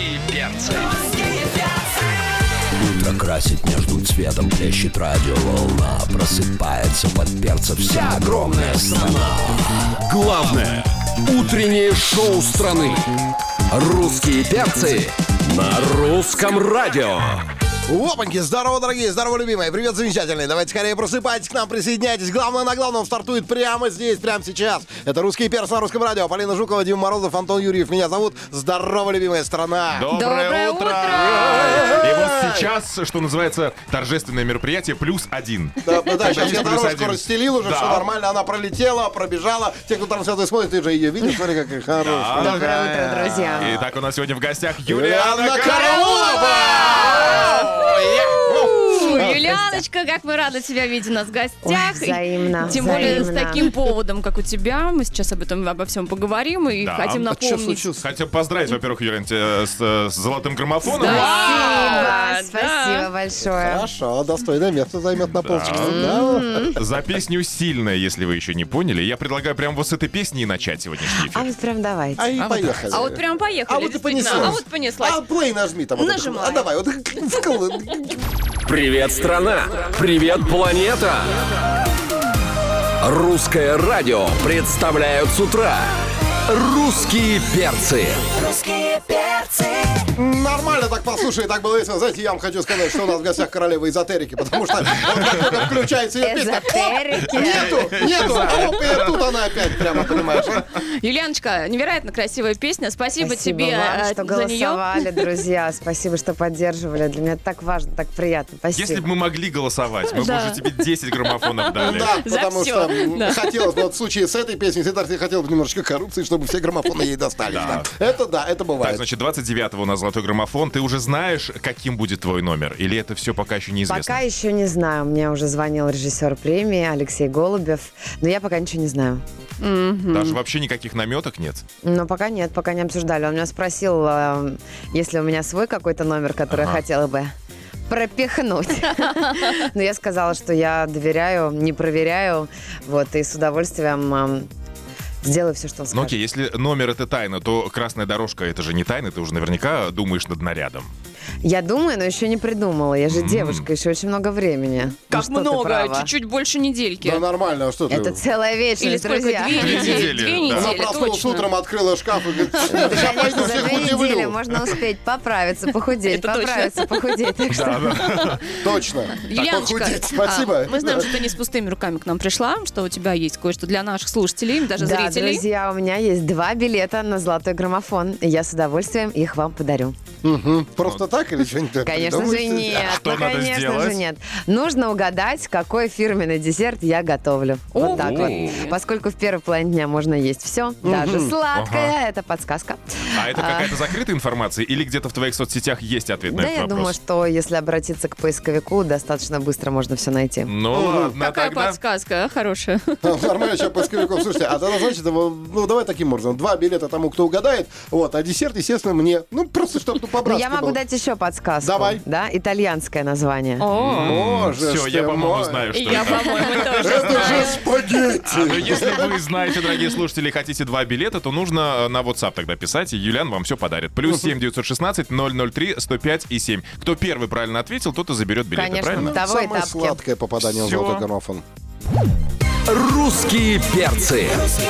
Русские перцы. Утро красит между цветом, плещет радиоволна. Просыпается под перцем вся огромная страна. Главное утреннее шоу страны. Русские перцы на русском радио. Опаньки, здорово, дорогие, здорово, любимые, привет, замечательные. Давайте скорее просыпайтесь к нам, присоединяйтесь. Главное на главном стартует прямо здесь, прямо сейчас. Это «Русские перцы» на русском радио. Полина Жукова, Дима Морозов, Антон Юрьев. Меня зовут. Здорово, любимая страна. Доброе утро! И вот сейчас, что называется, торжественное мероприятие +1. Да, сейчас я дорожку один. расстелил уже, все нормально. Она пролетела, пробежала. Те, кто трансляцию смотрит, ты же ее видишь, смотри, какая хорошая. Доброе утро, друзья. Итак, у нас сегодня в гостях Юлиана Караулова! Юлианочка, как мы рады тебя видеть у нас в гостях. Ой, взаимно. Тем более с взаимно. таким поводом, как у тебя. Мы сейчас обо всем поговорим и Да. хотим А что напомнить. случилось? Хотел поздравить, во-первых, Юлиан, тебя с золотым граммофоном. Да. Спасибо большое. Хорошо, достойное место займет на полчаса. Да. За песню «Сильная», если вы еще не поняли. Я предлагаю прямо вот с этой песни и начать сегодняшний эфир. А вот прям давайте. А и поехали. А вот прям поехали. А вот и действительно. понеслась. А вот понеслась. А плей нажми там. вот это. Нажимай. А давай, вот Привет, страна! Привет, планета! Русское радио представляют с утра «Русские перцы». Нормально так, послушай, так было весело. Знаете, я вам хочу сказать, что у нас в гостях королева эзотерики, потому что вот как только включается ее песня, Эзотерики. нету, оп, и тут она опять прямо, понимаешь. Юлианочка, невероятно красивая песня. Спасибо тебе вам, что за нее. голосовали, друзья. Спасибо, что поддерживали. Для меня это так важно, так приятно. Спасибо. Если бы мы могли голосовать, мы бы Да. уже тебе 10 граммофонов дали. Да, За потому всё. что Да. хотелось, вот в случае с этой песней, ты хотел бы немножечко коррупции, чтобы все граммофоны ей достались. Да. Да. Это Так, бывает. значит, 29-го у нас золотой граммофон. Ты уже знаешь, каким будет твой номер? Или это все пока еще неизвестно? Пока еще не знаю. Мне уже звонил режиссер премии Алексей Голубев. Но я пока ничего не знаю. Даже вообще никаких наметок нет? Но пока нет, пока не обсуждали. Он меня спросил, есть ли у меня свой какой-то номер, который я хотела бы пропихнуть. Но я сказала, что я доверяю, не проверяю. Вот, и с удовольствием сделаю все, что он Ну скажет. окей, если номер это тайна, то красная дорожка это же не тайна, ты уже наверняка думаешь над нарядом. Я думаю, но еще не придумала. Я же девушка, еще очень много времени. Ну Как что ты, много, права. чуть-чуть больше недельки. Да нормально, а что ты? Это целая Или вечность, сколько? друзья. 2 недели. недели, 2 да. Она недели, проснулась точно. утром, открыла шкаф и говорит, сейчас Конечно, пойду за всех 2 недели удивлю. можно успеть поправиться, похудеть, Это точно. поправиться, похудеть. Так что Точно. Юлианочка, Похудеть, спасибо. мы знаем, что ты не с пустыми руками к нам пришла, что у тебя есть кое-что для наших слушателей, даже да, зрителей. друзья, у меня есть 2 билета на золотой граммофон. И я с удовольствием их вам подарю. Просто так или что-нибудь? Конечно же нет. Что Ну, надо конечно сделать? же нет. Нужно угадать, какой фирменный десерт я готовлю. Вот так вот. Ого. Поскольку в первой половине дня можно есть все, даже сладкое, это подсказка. А это какая-то закрытая информация или где-то в твоих соцсетях есть ответ на Да, этот я вопрос? думаю, что если обратиться к поисковику, достаточно быстро можно все найти. Ну ладно, Какая тогда... подсказка, хорошая. Нормально, сейчас поисковиков. Слушайте, а тогда, значит, ну давай таким образом. 2 билета тому, кто угадает, вот, а десерт, естественно, мне. Ну, просто чтобы Но по-братски я могу было. дать еще подсказку. Давай. Да, итальянское название. Боже Все, ж я, ты по-моему, мой. знаю, что Я, это. по-моему, тоже Это же знаю. спагетти. Ну, если вы знаете, дорогие слушатели, хотите 2 билета, то нужно на WhatsApp тогда писать, и Юлиан вам все подарит. +7 916 003 105 и 7. Кто первый правильно ответил, тот и заберет билеты, Конечно. правильно? Того Самое этапки. сладкое попадание в Всё. золотой граммофон. «Русские перцы».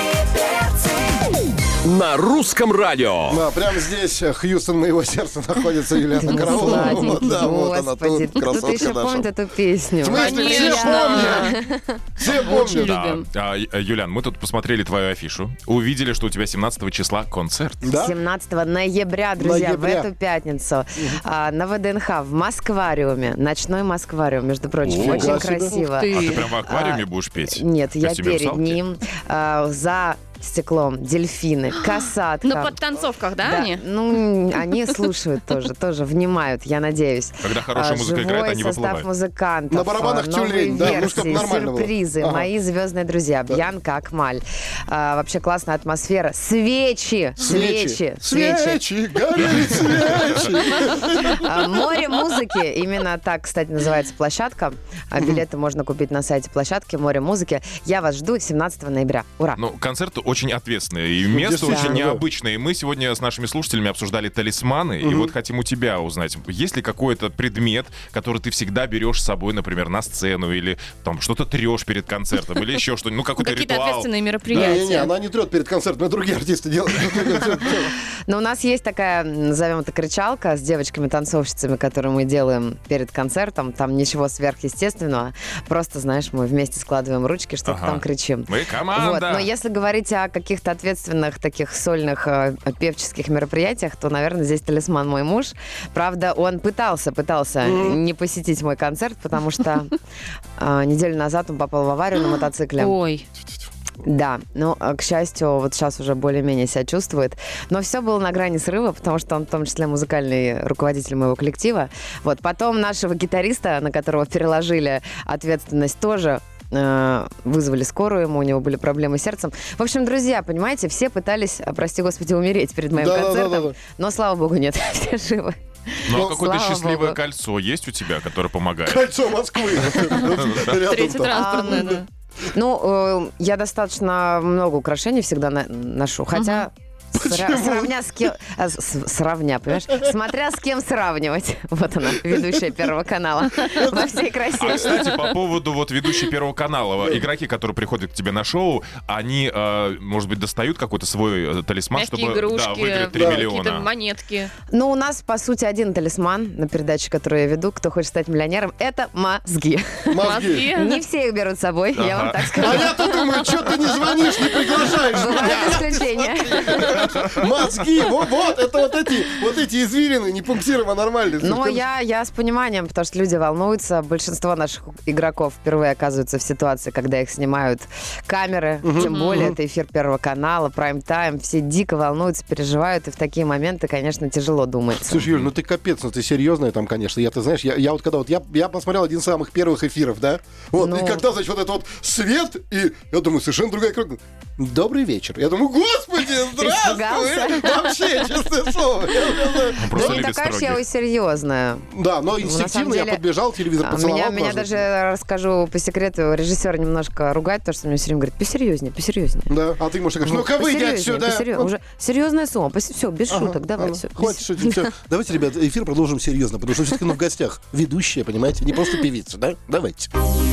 На русском радио. Да, прямо здесь Хьюстон моего сердца находится, Юлиана Караулова. Сладенький, Вот, да, вот она Господи, тут, кто-то красотка еще помнит наша. эту песню. В смысле, все Конечно. помнят. Все Очень помнят. любим. Юлиан, мы тут посмотрели твою афишу, увидели, что у тебя 17 числа концерт. Да? 17 ноября, друзья, Ноября. в эту пятницу на ВДНХ в Москвариуме. Ночной Москвариум, между прочим. Нифига Очень себе. красиво. Ух ты. А ты прям в аквариуме будешь петь? Нет, я Костюме перед русалки? ним. За стеклом дельфины, касатка. На подтанцовках, да, Да, они? ну, они слушают тоже внимают, я надеюсь. Когда хорошая музыка играет, они Живой состав выплывают. музыкантов, На барабанах новые тюлень, да, ну, версии, чтоб нормально было. сюрпризы, Ага. мои звездные друзья, Бьянка, Акмаль. Вообще классная атмосфера. Свечи. Свечи, горят свечи. Море музыки. Именно так, кстати, называется площадка. Билеты можно купить на сайте площадки «Море музыки». Я вас жду 17 ноября. Ура! Ну, концерт очень ответственное, и место действительно, очень да. необычное. И мы сегодня с нашими слушателями обсуждали талисманы, и вот хотим у тебя узнать, есть ли какой-то предмет, который ты всегда берешь с собой, например, на сцену, или там что-то трешь перед концертом, или еще что-нибудь, ну какой-то Какие-то ритуал. ответственные Не-не, мероприятия. она не трет перед концертом, это другие артисты делают. Но у нас есть такая, назовем это, кричалка с девочками-танцовщицами, которую мы делаем перед концертом. Там ничего сверхъестественного. Просто, знаешь, мы вместе складываем ручки, что-то Ага. там кричим. Мы команда. Вот. Но если говорить о каких-то ответственных таких сольных певческих мероприятиях, то, наверное, здесь талисман мой муж. Правда, он пытался не посетить мой концерт, потому что неделю назад он попал в аварию на мотоцикле. Ой, Да, но, к счастью, вот сейчас уже более-менее себя чувствует. Но все было на грани срыва, потому что он в том числе музыкальный руководитель моего коллектива. Вот, потом нашего гитариста, на которого переложили ответственность, тоже вызвали скорую ему, у него были проблемы с сердцем. В общем, друзья, понимаете, все пытались, прости господи, умереть перед моим концертом, Да-да-да-да. но, слава богу, нет, все живы. Ну, а какое-то слава счастливое богу. кольцо есть у тебя, которое помогает? Кольцо Москвы. Рядом третье там. транспортное, да. Ну, я достаточно много украшений всегда ношу, хотя... Сравня с кем... Сравня, понимаешь? Смотря с кем сравнивать. Вот она, ведущая Первого канала. Во всей А, красе. кстати, по поводу вот ведущей Первого канала, игроки, которые приходят к тебе на шоу, они, может быть, достают какой-то свой талисман, Мягкие чтобы игрушки, выиграть 3 какие-то миллиона. монетки. Ну, у нас, по сути, один талисман на передаче, которую я веду. Кто хочет стать миллионером, это мозги. Мозги. Не все их берут с собой, я вам так А скажу. я-то думаю, что ты не звонишь, не приглашаешь Бывают меня. исключения. Мозги, вот, это вот эти извилины, не пунктируемо нормальные. Но я с пониманием, потому что люди волнуются. Большинство наших игроков впервые оказываются в ситуации, когда их снимают камеры. Тем более, это эфир Первого канала, прайм-тайм. Все дико волнуются, переживают. И в такие моменты, конечно, тяжело думается. Слушай, Юль, ну ты капец, ну ты серьезная там, конечно. Ты знаешь, я вот когда вот я посмотрел один из самых первых эфиров, да? Вот, Ну. и когда, значит, вот этот вот свет, и я думаю, совершенно другая картина. Добрый вечер. Я думаю, господи, здравствуй! Вообще, честное слово. Он просто Ну, не любит такая уж я строгих. и серьезная. Да, но На самом инстинктивно я деле, подбежал, телевизор поцеловал. Меня дважды. даже, расскажу по секрету, режиссер немножко ругает, потому что мне все время говорит, посерьезнее. Да, а ты можешь сказать, ну-ка выйди отсюда. Уже серьезная сумма. Все, без шуток, давай, все. Хватит шутить, все. Давайте, ребят, эфир продолжим серьезно, потому что все-таки в гостях ведущая, понимаете, не просто певица, да? Давайте.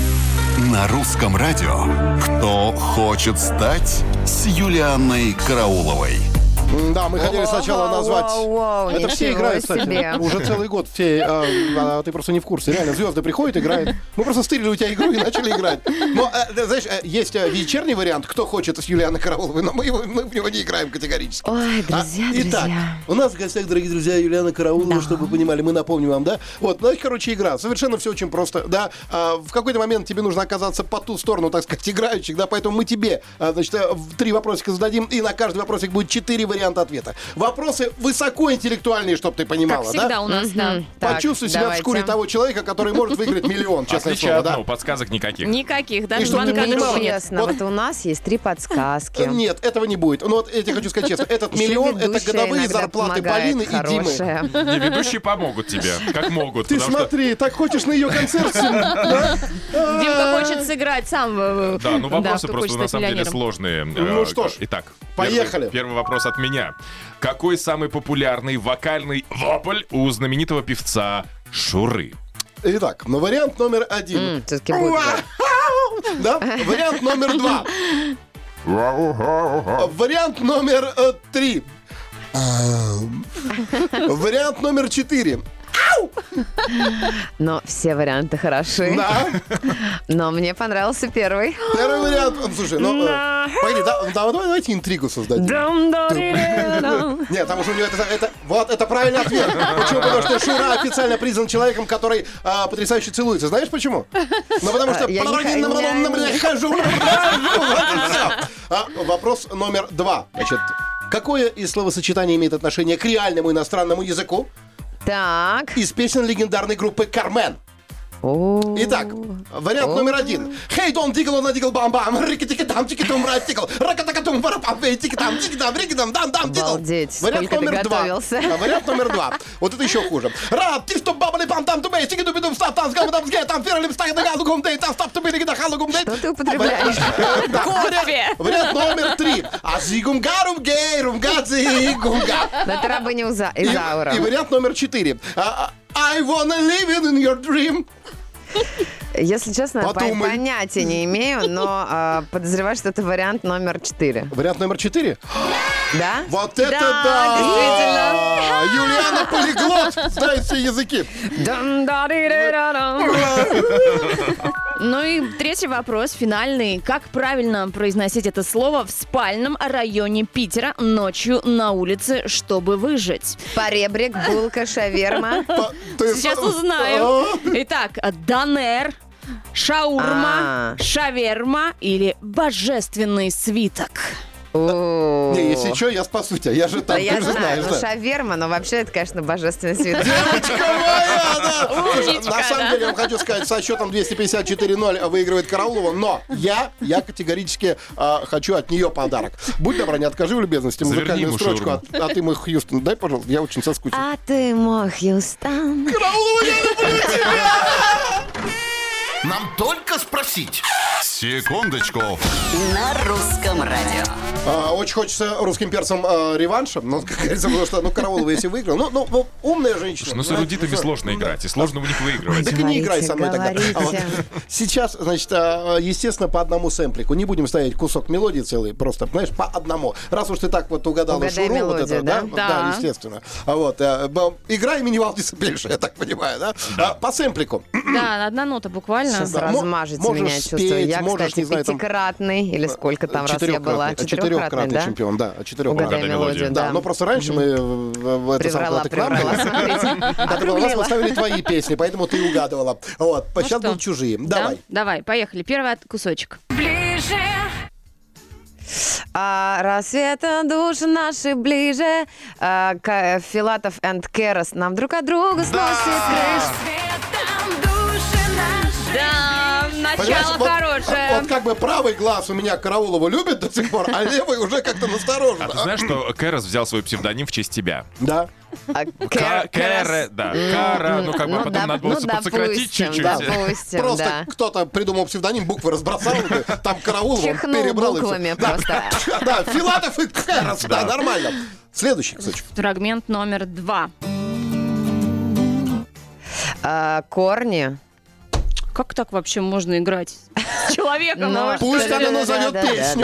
На русском радио «Кто хочет стать» с Юлианной Карауловой. Да, мы хотели сначала назвать... Воу-воу-воу, Это все ничего играют, кстати. себе. Уже целый год все... ты просто не в курсе. Реально, звезды приходят, играют. Мы просто стырили у тебя игру и начали играть. Но, знаешь, есть вечерний вариант, кто хочет с Юлианой Карауловой, но мы в него не играем категорически. Ой, друзья, Итак, друзья. у нас в гостях, дорогие друзья, Юлиана Караулова, чтобы вы понимали, мы напомним вам, да? Вот, ну, короче, игра. Совершенно все очень просто, да? В какой-то момент тебе нужно оказаться по ту сторону, так сказать, играющих, да? Поэтому мы тебе, значит, 3 вопросика зададим, и на каждый вопросик будет 4 варианта ответа. Вопросы высокоинтеллектуальные, чтобы ты понимала, Как да? всегда у нас, да. Так, Почувствуй себя давайте. в шкуре того человека, который может выиграть миллион, честное Отличие слово, да? одно, подсказок никаких. Никаких, И даже чтоб ты звонка понимала, другого нет. Честно, Вот- вот у нас есть 3 подсказки. Нет, этого не будет. Ну вот я тебе хочу сказать честно, этот Еще миллион — это ведущая годовые иногда зарплаты помогает, Полины и Димы. хорошая. Не, ведущие помогут тебе, как могут. Ты потому что- смотри, так хочешь на ее концерт? Да? Димка хочет сыграть сам. Да, ну вопросы кто просто хочет на стать самом деле миллионером. сложные. Ну что ж, Итак, поехали. Первый вопрос от меня. Какой самый популярный вокальный вопль у знаменитого певца Шуры? Итак, ну вариант номер 1. Все-таки будет. Да? Вариант номер 2. Вариант номер 3. Вариант номер 4. Но все варианты хороши. Да. Но мне понравился первый. Первый вариант. Слушай, ну, погоди, давайте интригу создадим. Нет, потому что у него это правильный ответ. Почему? Потому что Шура официально признан человеком, который потрясающе целуется. Знаешь почему? Ну, потому что... Я не хожу. Вопрос номер 2. Значит, какое из словосочетаний имеет отношение к реальному иностранному языку Так. из песен легендарной группы «Кармен»? Итак, вариант номер 1. Hey, don't diggle on a diggle bam bam. Рики-тики-там, тики-тум, рать-тикл. Рака-така-тум, варапам, тики-там, тики-там, рики-там, дам-дам, тикл. Обалдеть, Вариант сколько ты номер 2. готовился. Вариант номер 2. Вот это еще хуже. Рад, ти стоп, бабали, пам, там, тубей, тики-тубидум, став, там, сгам, там, сге, там, ферлим, стаг, на газу, гум, дей, там, став, тубиди, гида, халу, гум, дей. Что ты употребляешь? Вариант номер 3. Азигум, гарум, гейрум, гадзигум, га. Да ты рабыня Изаура. И вариант номер 4. I wanna live in your dream. Если честно, Подумай. понятия не имею, но подозреваю, что это вариант номер 4. Вариант номер 4. Да? Вот это Да, да! действительно. Юлиана полиглот, знает все языки. Ну и третий вопрос, финальный. Как правильно произносить это слово в спальном районе Питера ночью на улице, чтобы выжить? Поребрик, булка, шаверма. Сейчас узнаем. Итак, донер, шаурма, шаверма или божественный свиток? Не, если что, я спасу тебя. Я же там, Да я ты же знаю, знаешь, ну да. шаверма, но вообще это, конечно, божественный свиток. Девочка моя, да. Слушай, Умничка, на самом да. деле, я вам хочу сказать, со счетом 254-0 выигрывает Караулова, но я категорически хочу от нее подарок. Будь добра, не откажи в любезности Заверни музыкальную ему строчку шаурму. а ты мой Хьюстон. Дай, пожалуйста, я очень соскучился. А ты мой Хьюстон. Караулова, я люблю тебя! Нам только спросить. Секундочку. На русском радио. Очень хочется русским перцам реванша, но, как говорится, потому что, Караулова, если выиграл, ну, умная женщина. Ну, с знаете, эрудитами ну, сложно ну, играть, и сложно у них выигрывать. Так и не играй со мной тогда. Говорите. Сейчас, значит, естественно, по одному сэмплику. Не будем ставить кусок мелодии целый, просто, знаешь, по одному. Раз уж ты так вот угадала Угадай Шуру, вот мелодию, это, да? Да. естественно. Играй мини Валдиса Пельша, я так понимаю, да? По сэмплику. Да, одна нота буквально. Да. Размажете Можешь меня, спеть, чувствую. Я, можешь, кстати, не знаю, там, пятикратный, или сколько там раз я была? Четырехкратный да? чемпион, да, Угадай мелодию, Да, да. но просто раньше мы это самое, ты к нам Приврала, была. смотрите. Да, ты была, у нас поставили твои песни, поэтому ты угадывала. Вот, сейчас что? будут чужие. Да? Давай. Давай, поехали. Первый кусочек. Рассвета души наши ближе. Филатов and Керос нам друг от друга сносит крышу. Да, Понимаешь, начало вот- хорошее. Вот как бы правый глаз у меня Караулова любит до сих пор, а левый уже как-то насторожен. А ты знаешь, что Кэрос взял свой псевдоним в честь тебя? Да. Кэре, да. Кара, ну как бы потом надо было подсократить чуть-чуть. Допустим, Просто да. кто-то придумал псевдоним, буквы разбросал, там Караулов, он Чихнул перебрал. и всё. буквами просто. Да, Филатов и Кэрос, да, нормально. Следующий кусочек. Фрагмент номер 2. Корни. Как так вообще можно играть с человеком? Ну, Пусть она назовет песню.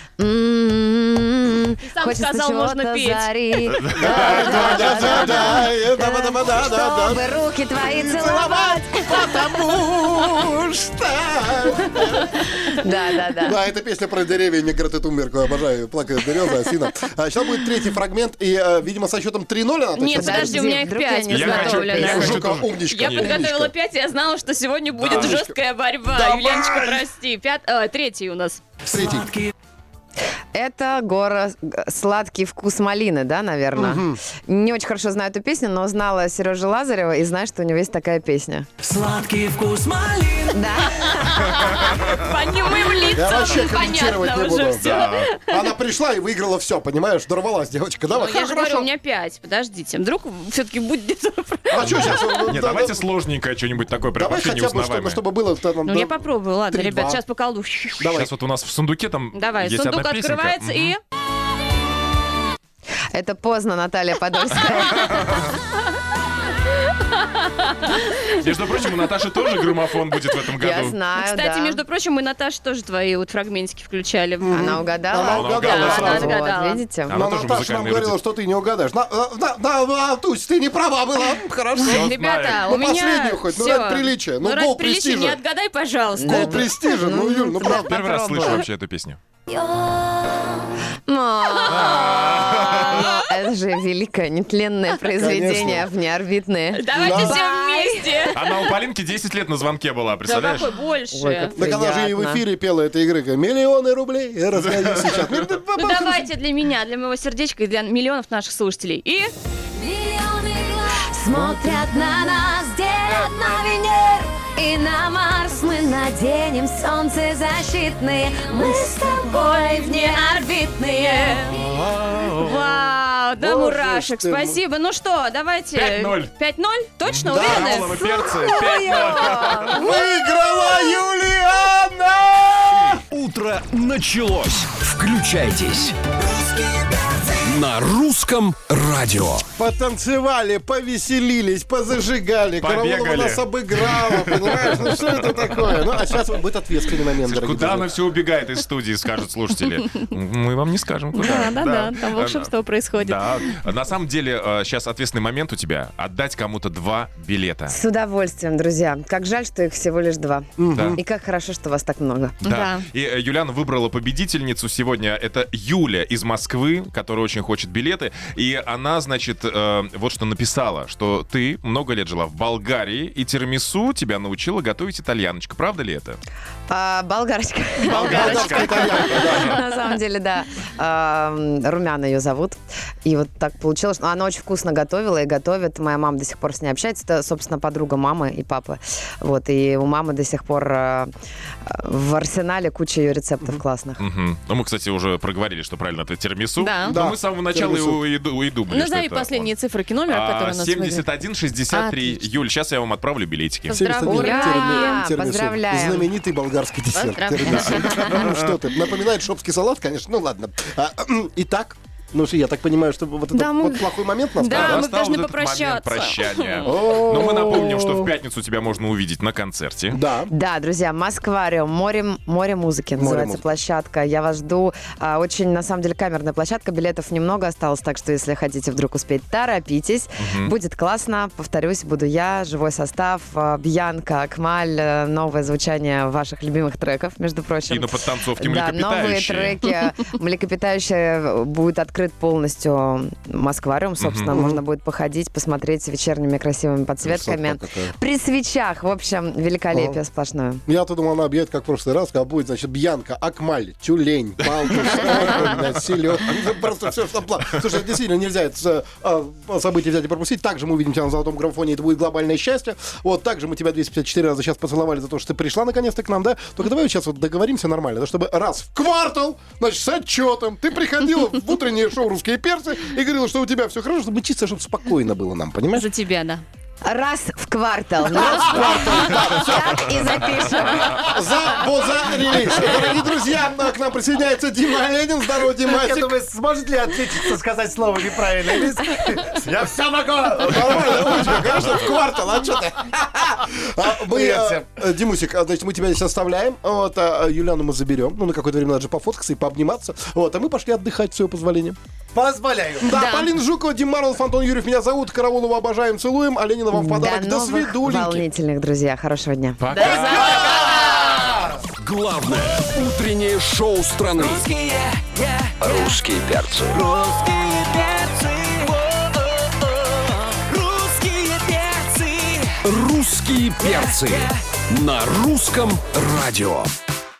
сам Хочется сказал, можно чего-то петь. зари. Да-да-да-да. Чтобы руки твои целовать. Потому что... Да. Да, это песня про деревья Греты Тунберг. Обожаю плакать береза, осина. Сейчас будет третий фрагмент, и, видимо, со счетом 3-0 она Нет, сейчас подожди, у меня их Вдруг я 5 не Я хочу- изготовлено. я хочу Жука, тоже. умничка. Я умничка. подготовила 5, и я знала, что сегодня будет Да. жесткая борьба. Давай. Юленечка, прости. Третий у нас. Третий. Это «Сладкий вкус малины», да, наверное? Не очень хорошо знаю эту песню, но знала Сережу Лазарева и знаю, что у него есть такая песня. Сладкий вкус малины. Да. По немым Я вообще лицам комментировать понятно не уже буду. все. Она пришла и выиграла все, понимаешь? Дорвалась девочка. Давай, Я же говорю, хорошо. у меня 5. Подождите, вдруг все-таки будет где-то... А что сейчас? Нет, давайте сложненькое что-нибудь такое, прям Давай вообще хотя бы, неузнаваемое. чтобы было... Ну, я попробую, ладно, 3-2. ребят, сейчас поколду. Давай. Сейчас вот у нас в сундуке там Давай, есть сундук одна песенка. открывается и... Это поздно, Наталья Подольская. Между прочим, у Наташи тоже граммофон будет в этом Я году. знаю, Кстати, да. между прочим, мы, Наташа, тоже твои вот фрагментики включали. Она угадала? Она угадала Да, сразу. она угадала. Вот, видите? Она Но тоже Наташа нам музыкальный говорила, эрудит. что ты не угадаешь. Тусь, ты не права была. Хорошо. Ребята, Ну, у меня последнюю хоть, ну, всё. ради приличия. Ну, ради гол приличия престижа. не отгадай, пожалуйста. Гол престижа, ну, Юль, ну, правда. Первый раз слышу Попробуй. вообще эту песню. Это же великое, нетленное произведение, внеорбитное. Давайте Да. все вместе. Она у Полинки 10 лет на звонке была, Да представляешь? какой больше. Ой, как Так она же и в приятно. эфире пела этой игры. Миллионы рублей раздаю сейчас. Ну давайте для меня, для моего сердечка и для миллионов наших слушателей. И... Смотрят на нас, делят на Венер, И на Марс мы наденем солнцезащитные. Мы с тобой внеорбитные. Вау, да Боже мурашек, ты мой. спасибо. Ну что, давайте... 5-0. 5-0? Точно, Да. уверены? Кароловы перцы. 5-0. Выиграла Юлиана! Утро началось. Включайтесь. На русском радио. Потанцевали, повеселились, позажигали. Побегали. Караулова нас обыграла, понимаешь? Ну что это такое? Ну, а сейчас будет ответственный момент, дорогие Куда друзья. она все убегает из студии, скажут слушатели. Мы вам не скажем, куда. Да, там волшебство происходит. Да, на самом деле сейчас ответственный момент у тебя. Отдать кому-то 2 билета. С удовольствием, друзья. Как жаль, что их всего лишь 2. Да. И как хорошо, что вас так много. Да. И Юлиана выбрала победительницу сегодня. Это Юля из Москвы, которая очень хочет билеты. И она, значит, вот что написала, что ты много лет жила в Болгарии, и тирамису тебя научила готовить итальяночка. Правда ли это? Болгарочка. Болгарочка. На самом деле, да. Румяна ее зовут. И вот так получилось, что она очень вкусно готовила и готовит. Моя мама до сих пор с ней общается. Это, собственно, подруга мамы и папы. Вот. И у мамы до сих пор в арсенале куча ее рецептов классных. Ну, мы, кстати, уже проговорили, что правильно это тирамису. Да. Но мы с самого начала и думали, что Назови это последние он. цифры номера, который у нас 71-63. Отлично. Юль, сейчас я вам отправлю билетики. 71 Ура! тирамису. Поздравляем. Знаменитый болгарский десерт. Поздравляем. Тирамису. Ну что ты, напоминает шопский салат, конечно. Ну ладно. Итак, ну что, я так понимаю, что вот этот Да, мы- вот плохой момент настал. Да, мы Настал должны вот этот момент попрощаться. прощания. О. Но мы напомним, что в пятницу тебя можно увидеть на концерте. Да. Да, друзья, Москвариум, море музыки называется музыки. площадка. Я вас жду. Очень, на самом деле, камерная площадка. Билетов немного осталось, так что, если хотите вдруг успеть, торопитесь. Будет классно. Повторюсь, буду я, живой состав, Бьянка, Акмаль, новое звучание ваших любимых треков, между прочим. И на подтанцовке Да, новые млекопитающие. треки. Млекопитающие будет открыт полностью Москвариум. Собственно, можно будет походить, посмотреть с вечерними красивыми подсветками. Красота какая. При свечах. В общем, великолепие сплошное. Я-то думал, она объявит, как в прошлый раз, когда будет, значит, Бьянка, Акмаль, Тюлень, Палтус, Селёд. Просто все, что план. Слушай, действительно, нельзя это событие взять и пропустить. Также мы увидим тебя на золотом граммофоне, это будет глобальное счастье. Вот, также мы тебя 254 раза сейчас поцеловали за то, что ты пришла наконец-то к нам, да? Только давай сейчас вот договоримся нормально, да, чтобы раз в квартал, значит, с отчетом ты приходила в утреннее шоу «Русские перцы» и говорила, что у тебя все хорошо, чтобы чисто, чтобы спокойно было нам, понимаешь? За тебя, да. Раз в квартал. Так и запишем. За релиз. Дорогие друзья, к нам присоединяется Дима Оленин. Здорово, Я Димасик. думаю, сможет ли ответиться, сказать слово неправильно? Я все могу! Нормально, умничка, конечно, в квартал, а что ты? Привет Мы, Димусик, значит, мы тебя здесь оставляем, вот, а Юлиану мы заберем, ну, на какое-то время надо же пофоткаться и пообниматься, вот, а мы пошли отдыхать, с ее позволения. Позволяю. Да, Полина Жукова, Дим Мороз, Антон Юрьев, меня зовут, Караулова обожаем, целуем, а Ленина вам в подарок. До новых свидуленьки. волнительных, друзья. Хорошего дня. Главное утреннее шоу страны. Русские перцы. Русские перцы. Русские перцы. Русские перцы. На русском радио.